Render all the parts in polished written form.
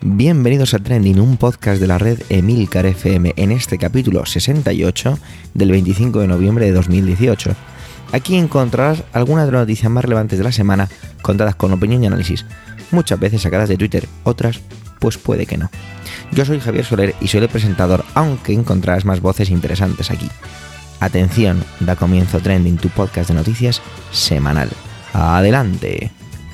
Bienvenidos a Trending, un podcast de la red Emilcar FM, en este capítulo 68 del 25 de noviembre de 2018. Aquí encontrarás algunas de las noticias más relevantes de la semana, contadas con opinión y análisis, muchas veces sacadas de Twitter, otras pues puede que no. Yo soy Javier Soler y soy el presentador, aunque encontrarás más voces interesantes aquí. Atención, da comienzo Trending, tu podcast de noticias semanal. ¡Adelante!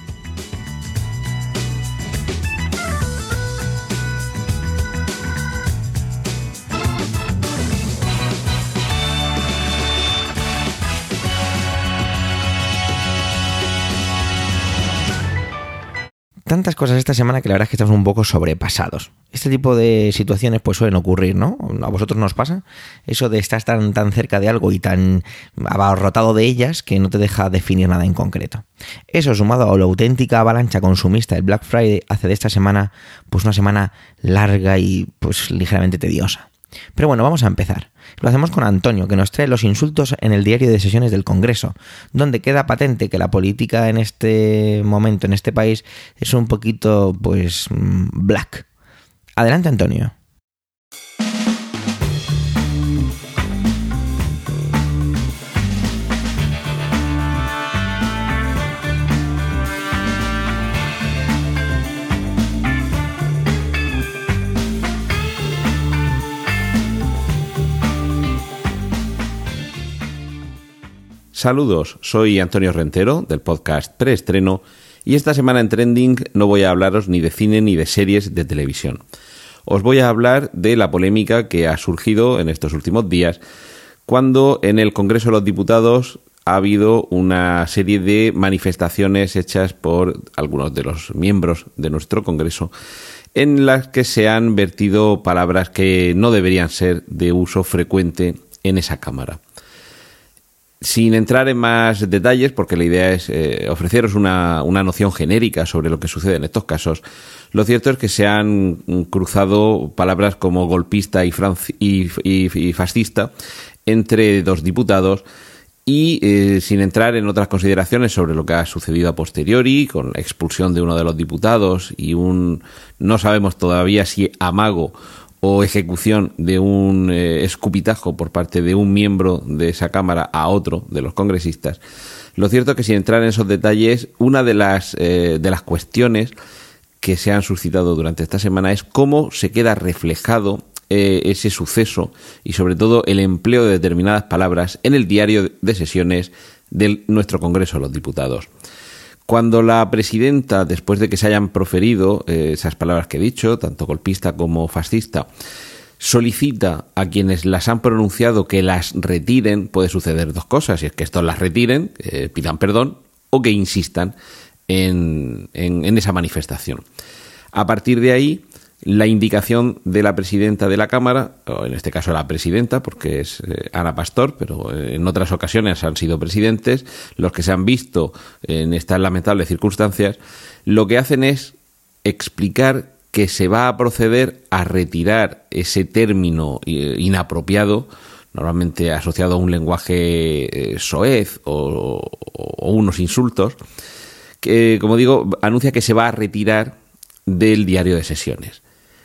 Tantas cosas esta semana que la verdad es que estamos un poco sobrepasados. Este tipo de situaciones pues suelen ocurrir, ¿no? ¿A vosotros nos pasa? Eso de estar tan cerca de algo y tan abarrotado de ellas que no te deja definir nada en concreto. Eso, sumado a la auténtica avalancha consumista del Black Friday, hace de esta semana pues una semana larga y pues ligeramente tediosa. Pero bueno, vamos a empezar. Lo hacemos con Antonio, que nos trae los insultos en el diario de sesiones del Congreso, donde queda patente que la política en este momento, en este país, es un poquito, pues, black. Adelante, Antonio. Saludos, soy Antonio Rentero del podcast Preestreno y esta semana en Trending no voy a hablaros ni de cine ni de series de televisión. Os voy a hablar de la polémica que ha surgido en estos últimos días cuando en el Congreso de los Diputados ha habido una serie de manifestaciones hechas por algunos de los miembros de nuestro Congreso en las que se han vertido palabras que no deberían ser de uso frecuente en esa Cámara. Sin entrar en más detalles, porque la idea es ofreceros una noción genérica sobre lo que sucede en estos casos, lo cierto es que se han cruzado palabras como golpista y fascista entre dos diputados y sin entrar en otras consideraciones sobre lo que ha sucedido a posteriori, con la expulsión de uno de los diputados y no sabemos todavía si amago o ejecución de un escupitajo por parte de un miembro de esa Cámara a otro de los congresistas. Lo cierto es que sin entrar en esos detalles, una de las cuestiones que se han suscitado durante esta semana es cómo se queda reflejado ese suceso y sobre todo el empleo de determinadas palabras en el diario de sesiones de nuestro Congreso de los Diputados. Cuando la presidenta, después de que se hayan proferido esas palabras que he dicho, tanto golpista como fascista, solicita a quienes las han pronunciado que las retiren, puede suceder dos cosas, y es que estos las retiren, pidan perdón, o que insistan en esa manifestación. A partir de ahí, la indicación de la presidenta de la Cámara, o en este caso la presidenta, porque es Ana Pastor, pero en otras ocasiones han sido presidentes, los que se han visto en estas lamentables circunstancias, lo que hacen es explicar que se va a proceder a retirar ese término inapropiado, normalmente asociado a un lenguaje soez o unos insultos, que, como digo, anuncia que se va a retirar del diario de sesiones.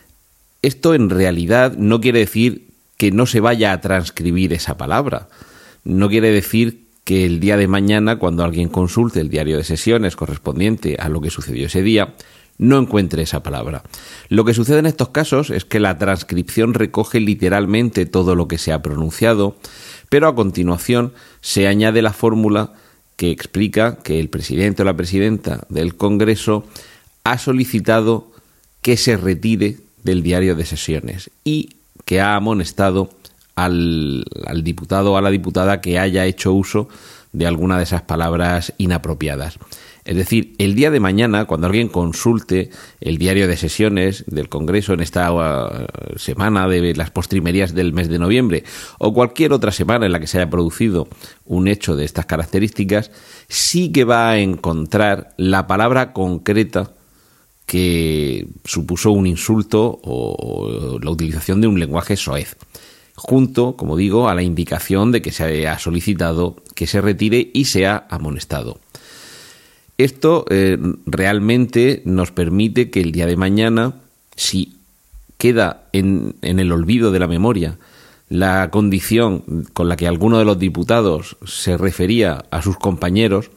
Esto en realidad no quiere decir que no se vaya a transcribir esa palabra. No quiere decir que el día de mañana, cuando alguien consulte el diario de sesiones correspondiente a lo que sucedió ese día, no encuentre esa palabra. Lo que sucede en estos casos es que la transcripción recoge literalmente todo lo que se ha pronunciado, pero a continuación se añade la fórmula que explica que el presidente o la presidenta del Congreso ha solicitado que se retire del diario de sesiones y que ha amonestado al diputado o a la diputada que haya hecho uso de alguna de esas palabras inapropiadas. Es decir, el día de mañana, cuando alguien consulte el diario de sesiones del Congreso en esta semana de las postrimerías del mes de noviembre o cualquier otra semana en la que se haya producido un hecho de estas características, sí que va a encontrar la palabra concreta que supuso un insulto o la utilización de un lenguaje soez, junto, como digo, a la indicación de que se ha solicitado que se retire y sea amonestado. Esto realmente nos permite que el día de mañana si queda en el olvido de la memoria la condición con la que alguno de los diputados se refería a sus compañeros,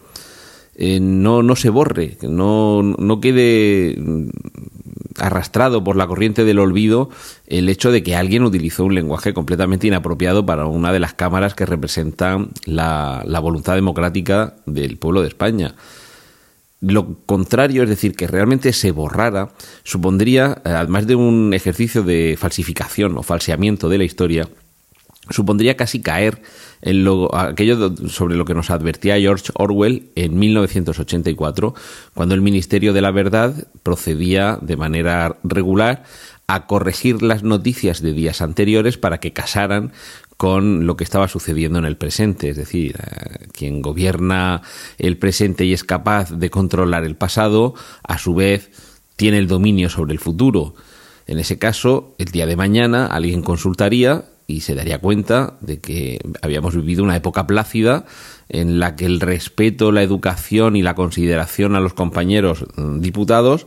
no se borre, no quede arrastrado por la corriente del olvido el hecho de que alguien utilizó un lenguaje completamente inapropiado para una de las cámaras que representan la voluntad democrática del pueblo de España. Lo contrario, es decir, que realmente se borrara, supondría, además de un ejercicio de falsificación o falseamiento de la historia, supondría casi caer en aquello sobre lo que nos advertía George Orwell en 1984, cuando el Ministerio de la Verdad procedía de manera regular a corregir las noticias de días anteriores para que casaran con lo que estaba sucediendo en el presente. Es decir, quien gobierna el presente y es capaz de controlar el pasado, a su vez tiene el dominio sobre el futuro. En ese caso, el día de mañana alguien consultaría y se daría cuenta de que habíamos vivido una época plácida en la que el respeto, la educación y la consideración a los compañeros diputados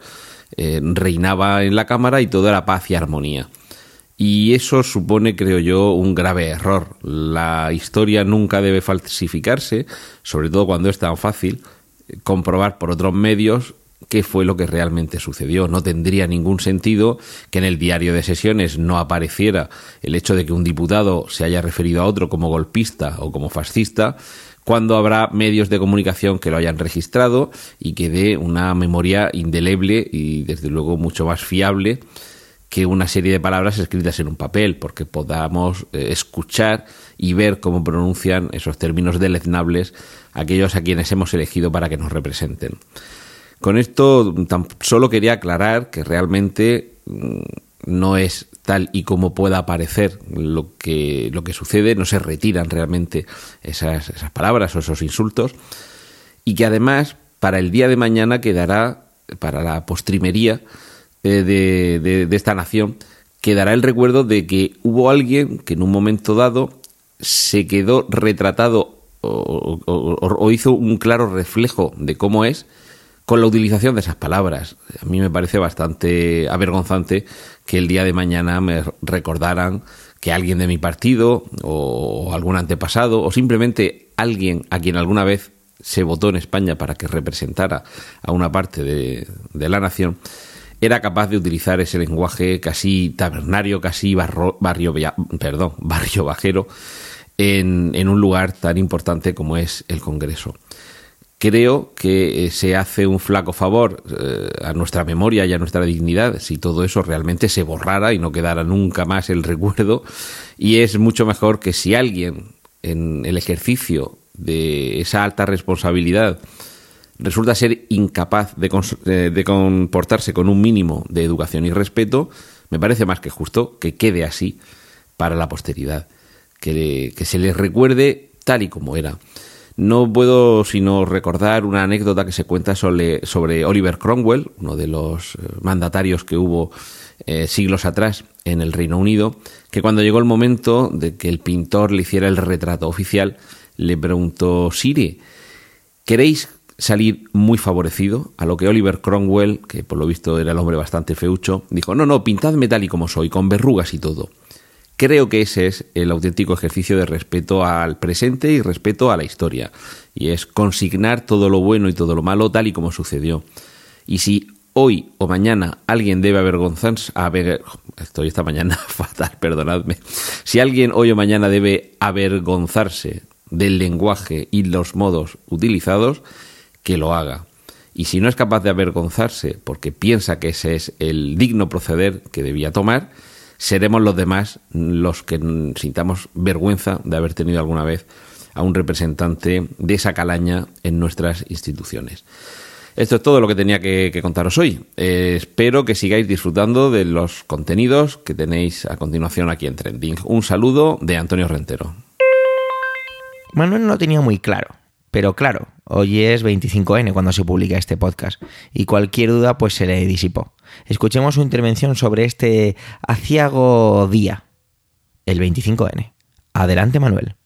reinaba en la Cámara y todo era paz y armonía. Y eso supone, creo yo, un grave error. La historia nunca debe falsificarse, sobre todo cuando es tan fácil comprobar por otros medios qué fue lo que realmente sucedió. No tendría ningún sentido que en el diario de sesiones no apareciera el hecho de que un diputado se haya referido a otro como golpista o como fascista, cuando habrá medios de comunicación que lo hayan registrado y que dé una memoria indeleble y, desde luego, mucho más fiable que una serie de palabras escritas en un papel, porque podamos escuchar y ver cómo pronuncian esos términos deleznables aquellos a quienes hemos elegido para que nos representen. Con esto solo quería aclarar que realmente no es tal y como pueda parecer lo que sucede, no se retiran realmente esas palabras o esos insultos, y que además para el día de mañana quedará, para la postrimería de esta nación, quedará el recuerdo de que hubo alguien que en un momento dado se quedó retratado o hizo un claro reflejo de cómo es con la utilización de esas palabras. A mí me parece bastante avergonzante que el día de mañana me recordaran que alguien de mi partido o algún antepasado o simplemente alguien a quien alguna vez se votó en España para que representara a una parte de la nación era capaz de utilizar ese lenguaje casi tabernario, casi barrio bajero en un lugar tan importante como es el Congreso. Creo que se hace un flaco favor a nuestra memoria y a nuestra dignidad si todo eso realmente se borrara y no quedara nunca más el recuerdo, y es mucho mejor que si alguien en el ejercicio de esa alta responsabilidad resulta ser incapaz de comportarse con un mínimo de educación y respeto, me parece más que justo que quede así para la posteridad, que se les recuerde tal y como era. No puedo sino recordar una anécdota que se cuenta sobre Oliver Cromwell, uno de los mandatarios que hubo siglos atrás en el Reino Unido, que cuando llegó el momento de que el pintor le hiciera el retrato oficial, le preguntó: Sire, ¿queréis salir muy favorecido? A lo que Oliver Cromwell, que por lo visto era el hombre bastante feucho, dijo: no, pintadme tal y como soy, con verrugas y todo. Creo que ese es el auténtico ejercicio de respeto al presente y respeto a la historia, y es consignar todo lo bueno y todo lo malo tal y como sucedió. Y si hoy o mañana alguien debe avergonzarse, estoy esta mañana fatal, perdonadme, si alguien hoy o mañana debe avergonzarse del lenguaje y los modos utilizados, que lo haga. Y si no es capaz de avergonzarse porque piensa que ese es el digno proceder que debía tomar, seremos los demás los que sintamos vergüenza de haber tenido alguna vez a un representante de esa calaña en nuestras instituciones. Esto es todo lo que tenía que contaros hoy. Espero que sigáis disfrutando de los contenidos que tenéis a continuación aquí en Trending. Un saludo de Antonio Rentero. Manuel no lo tenía muy claro, pero claro, hoy es 25N cuando se publica este podcast y cualquier duda pues se le disipó. Escuchemos su intervención sobre este aciago día, el 25N. Adelante, Manuel.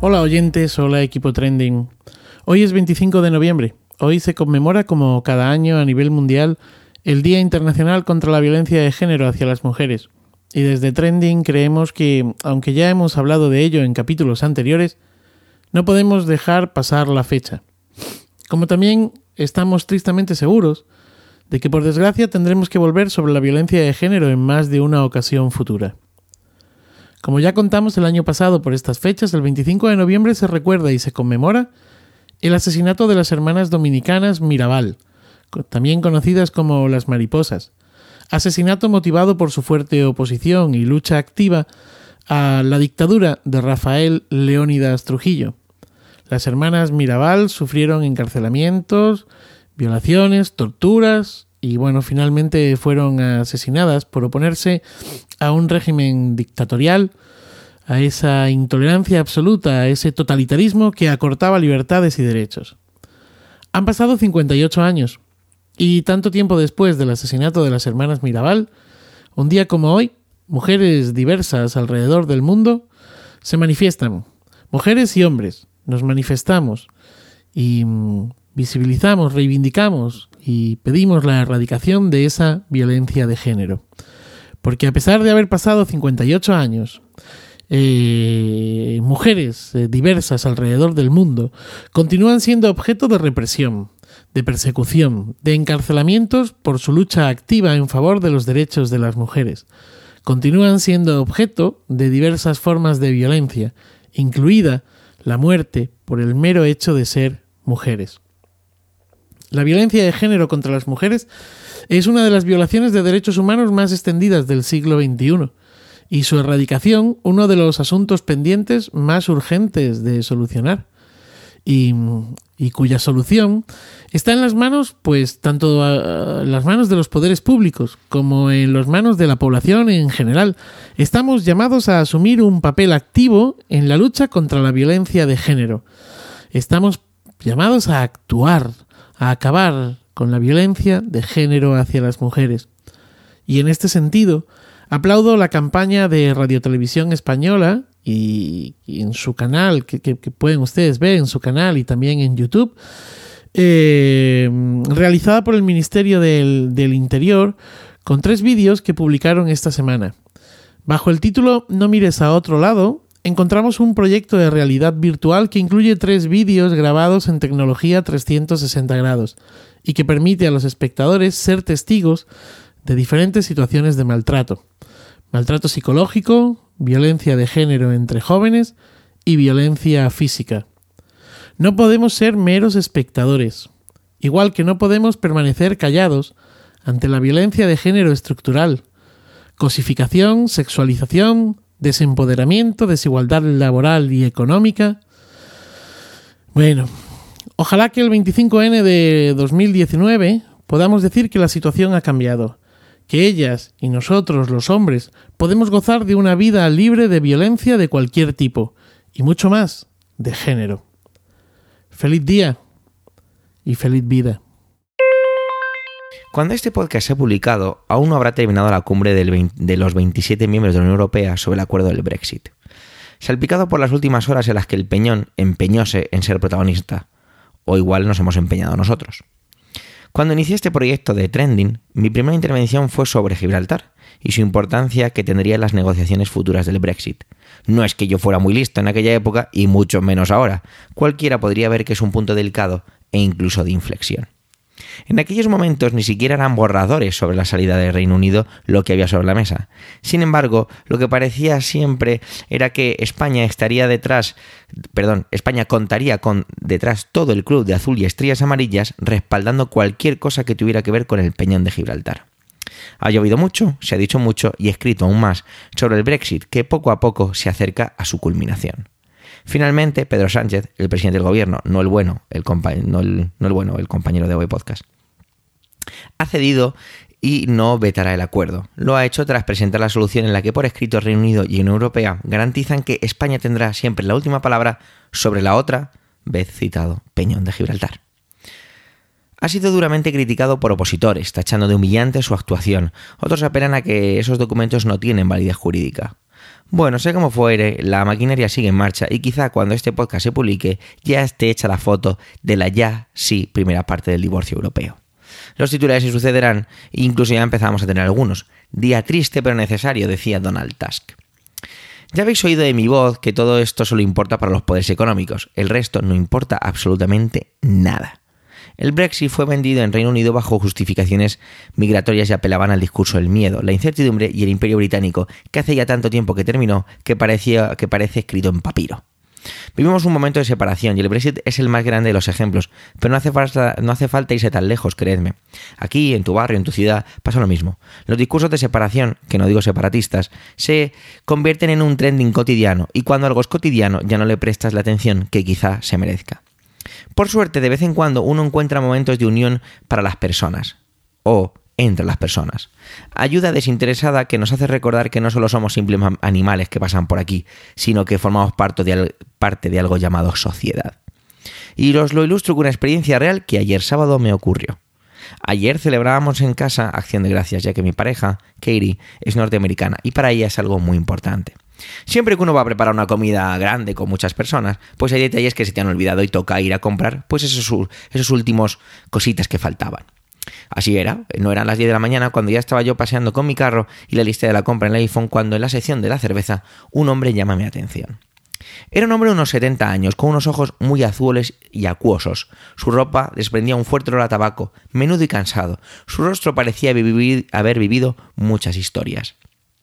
Hola oyentes, hola equipo Trending. Hoy es 25 de noviembre. Hoy se conmemora, como cada año a nivel mundial, el Día Internacional contra la Violencia de Género hacia las mujeres. Y desde Trending creemos que, aunque ya hemos hablado de ello en capítulos anteriores, no podemos dejar pasar la fecha. Como también estamos tristemente seguros de que por desgracia tendremos que volver sobre la violencia de género en más de una ocasión futura. Como ya contamos el año pasado por estas fechas, el 25 de noviembre se recuerda y se conmemora el asesinato de las hermanas dominicanas Mirabal, también conocidas como las mariposas. Asesinato motivado por su fuerte oposición y lucha activa a la dictadura de Rafael Leónidas Trujillo. Las hermanas Mirabal sufrieron encarcelamientos, violaciones, torturas y finalmente fueron asesinadas por oponerse a un régimen dictatorial, a esa intolerancia absoluta, a ese totalitarismo que acortaba libertades y derechos. Han pasado 58 años y tanto tiempo después del asesinato de las hermanas Mirabal, un día como hoy, mujeres diversas alrededor del mundo se manifiestan. Mujeres y hombres nos manifestamos y visibilizamos, reivindicamos y pedimos la erradicación de esa violencia de género. Porque a pesar de haber pasado 58 años, mujeres diversas alrededor del mundo continúan siendo objeto de represión, de persecución, de encarcelamientos por su lucha activa en favor de los derechos de las mujeres. Continúan siendo objeto de diversas formas de violencia, incluida la muerte por el mero hecho de ser mujeres. La violencia de género contra las mujeres es una de las violaciones de derechos humanos más extendidas del siglo XXI y su erradicación uno de los asuntos pendientes más urgentes de solucionar y cuya solución está en las manos, tanto en las manos de los poderes públicos como en las manos de la población en general. Estamos llamados a asumir un papel activo en la lucha contra la violencia de género. Estamos llamados a actuar, a acabar con la violencia de género hacia las mujeres. Y en este sentido, aplaudo la campaña de Radiotelevisión Española y en su canal, que pueden ustedes ver en su canal y también en YouTube, realizada por el Ministerio del Interior, con 3 vídeos que publicaron esta semana. Bajo el título No mires a otro lado, encontramos un proyecto de realidad virtual que incluye 3 vídeos grabados en tecnología 360 grados y que permite a los espectadores ser testigos de diferentes situaciones de maltrato. Maltrato psicológico, violencia de género entre jóvenes y violencia física. No podemos ser meros espectadores, igual que no podemos permanecer callados ante la violencia de género estructural, cosificación, sexualización, desempoderamiento, desigualdad laboral y económica. Ojalá que el 25N de 2019 podamos decir que la situación ha cambiado, que ellas y nosotros, los hombres, podemos gozar de una vida libre de violencia de cualquier tipo y mucho más de género. Feliz día y feliz vida. Cuando este podcast sea publicado, aún no habrá terminado la cumbre de los 27 miembros de la Unión Europea sobre el acuerdo del Brexit. Salpicado por las últimas horas en las que el Peñón empeñóse en ser protagonista, o igual nos hemos empeñado nosotros. Cuando inicié este proyecto de Trending, mi primera intervención fue sobre Gibraltar y su importancia que tendría en las negociaciones futuras del Brexit. No es que yo fuera muy listo en aquella época y mucho menos ahora. Cualquiera podría ver que es un punto delicado e incluso de inflexión. En aquellos momentos ni siquiera eran borradores sobre la salida del Reino Unido lo que había sobre la mesa. Sin embargo, lo que parecía siempre era que España contaría con detrás todo el club de azul y estrellas amarillas respaldando cualquier cosa que tuviera que ver con el Peñón de Gibraltar. Ha llovido mucho, se ha dicho mucho y escrito aún más sobre el Brexit que poco a poco se acerca a su culminación. Finalmente, Pedro Sánchez, el presidente del gobierno, no el compañero de hoy podcast, ha cedido y no vetará el acuerdo. Lo ha hecho tras presentar la solución en la que por escrito Reino Unido y Unión Europea garantizan que España tendrá siempre la última palabra sobre la otra vez citado Peñón de Gibraltar. Ha sido duramente criticado por opositores, tachando de humillante su actuación. Otros apelan a que esos documentos no tienen validez jurídica. Bueno, sé cómo fuere, la maquinaria sigue en marcha y quizá cuando este podcast se publique ya esté hecha la foto de la primera parte del divorcio europeo. Los titulares se sucederán e incluso ya empezamos a tener algunos. Día triste pero necesario, decía Donald Tusk. Ya habéis oído de mi voz que todo esto solo importa para los poderes económicos. El resto no importa absolutamente nada. El Brexit fue vendido en Reino Unido bajo justificaciones migratorias y apelaban al discurso del miedo, la incertidumbre y el Imperio Británico, que hace ya tanto tiempo que terminó que parece escrito en papiro. Vivimos un momento de separación y el Brexit es el más grande de los ejemplos, pero no hace falta irse tan lejos, creedme. Aquí, en tu barrio, en tu ciudad, pasa lo mismo. Los discursos de separación, que no digo separatistas, se convierten en un trending cotidiano y cuando algo es cotidiano ya no le prestas la atención que quizá se merezca. Por suerte, de vez en cuando uno encuentra momentos de unión para las personas, o entre las personas. Ayuda desinteresada que nos hace recordar que no solo somos simples animales que pasan por aquí, sino que formamos parte de algo llamado sociedad. Y os lo ilustro con una experiencia real que ayer sábado me ocurrió. Ayer celebrábamos en casa Acción de Gracias, ya que mi pareja, Katie, es norteamericana y para ella es algo muy importante. Siempre que uno va a preparar una comida grande con muchas personas, pues hay detalles que se te han olvidado y toca ir a comprar pues esos últimos cositas que faltaban. Así era, no eran las 10 de la mañana cuando ya estaba yo paseando con mi carro y la lista de la compra en el iPhone cuando en la sección de la cerveza un hombre llama mi atención. Era un hombre de unos 70 años, con unos ojos muy azules y acuosos. Su ropa desprendía un fuerte olor a tabaco, menudo y cansado. Su rostro parecía haber vivido muchas historias.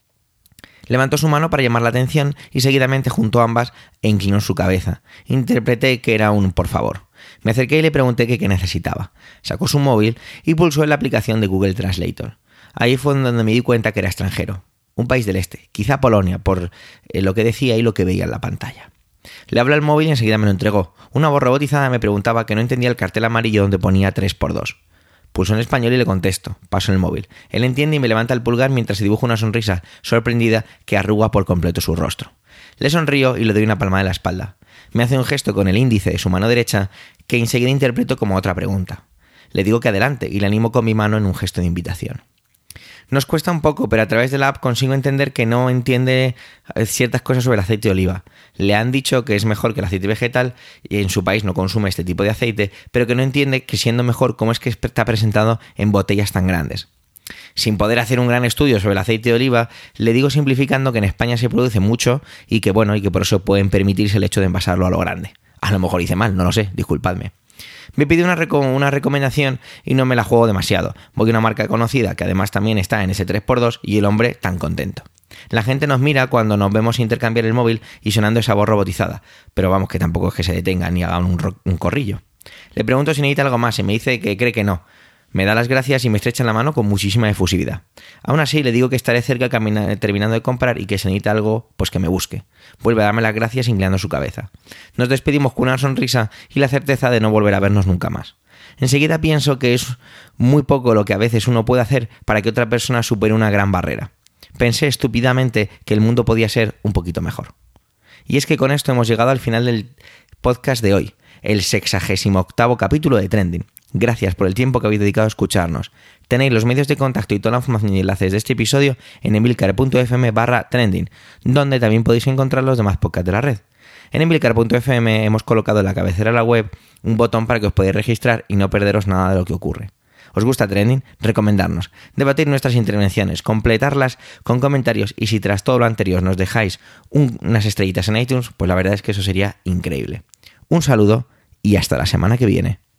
Levantó su mano para llamar la atención y seguidamente juntó ambas e inclinó su cabeza. Interpreté que era un por favor. Me acerqué y le pregunté qué necesitaba. Sacó su móvil y pulsó en la aplicación de Google Translator. Ahí fue donde me di cuenta que era extranjero. Un país del este, quizá Polonia, por lo que decía y lo que veía en la pantalla. Le hablé al móvil y enseguida me lo entregó. Una voz robotizada me preguntaba que no entendía el cartel amarillo donde ponía 3x2. Pulso en español y le contesto. Paso el móvil. Él entiende y me levanta el pulgar mientras se dibuja una sonrisa sorprendida que arruga por completo su rostro. Le sonrío y le doy una palmada en la espalda. Me hace un gesto con el índice de su mano derecha que enseguida interpreto como otra pregunta. Le digo que adelante y le animo con mi mano en un gesto de invitación. Nos cuesta un poco, pero a través de la app consigo entender que no entiende ciertas cosas sobre el aceite de oliva. Le han dicho que es mejor que el aceite vegetal y en su país no consume este tipo de aceite, pero que no entiende que siendo mejor cómo es que está presentado en botellas tan grandes. Sin poder hacer un gran estudio sobre el aceite de oliva, le digo simplificando que en España se produce mucho y que por eso pueden permitirse el hecho de envasarlo a lo grande. A lo mejor hice mal, no lo sé, disculpadme. Me pide una recomendación y no me la juego demasiado. Voy a una marca conocida que además también está en ese 3x2 y el hombre tan contento. La gente nos mira cuando nos vemos intercambiar el móvil y sonando esa voz robotizada, pero vamos que tampoco es que se detenga ni haga un corrillo. Le pregunto si necesita algo más y me dice que cree que no. Me da las gracias y me estrecha la mano con muchísima efusividad. Aún así le digo que estaré cerca terminando de comprar y que si necesita algo, pues que me busque. Vuelve a darme las gracias inclinando su cabeza. Nos despedimos con una sonrisa y la certeza de no volver a vernos nunca más. Enseguida pienso que es muy poco lo que a veces uno puede hacer para que otra persona supere una gran barrera. Pensé estúpidamente que el mundo podía ser un poquito mejor. Y es que con esto hemos llegado al final del podcast de hoy, el 68º capítulo de Trending. Gracias por el tiempo que habéis dedicado a escucharnos. Tenéis los medios de contacto y toda la información y enlaces de este episodio en emilcar.fm/trending, donde también podéis encontrar los demás podcasts de la red. En emilcar.fm hemos colocado en la cabecera de la web un botón para que os podáis registrar y no perderos nada de lo que ocurre. ¿Os gusta Trending? Recomendarnos, debatir nuestras intervenciones, completarlas con comentarios y si tras todo lo anterior nos dejáis unas estrellitas en iTunes, pues la verdad es que eso sería increíble. Un saludo y hasta la semana que viene.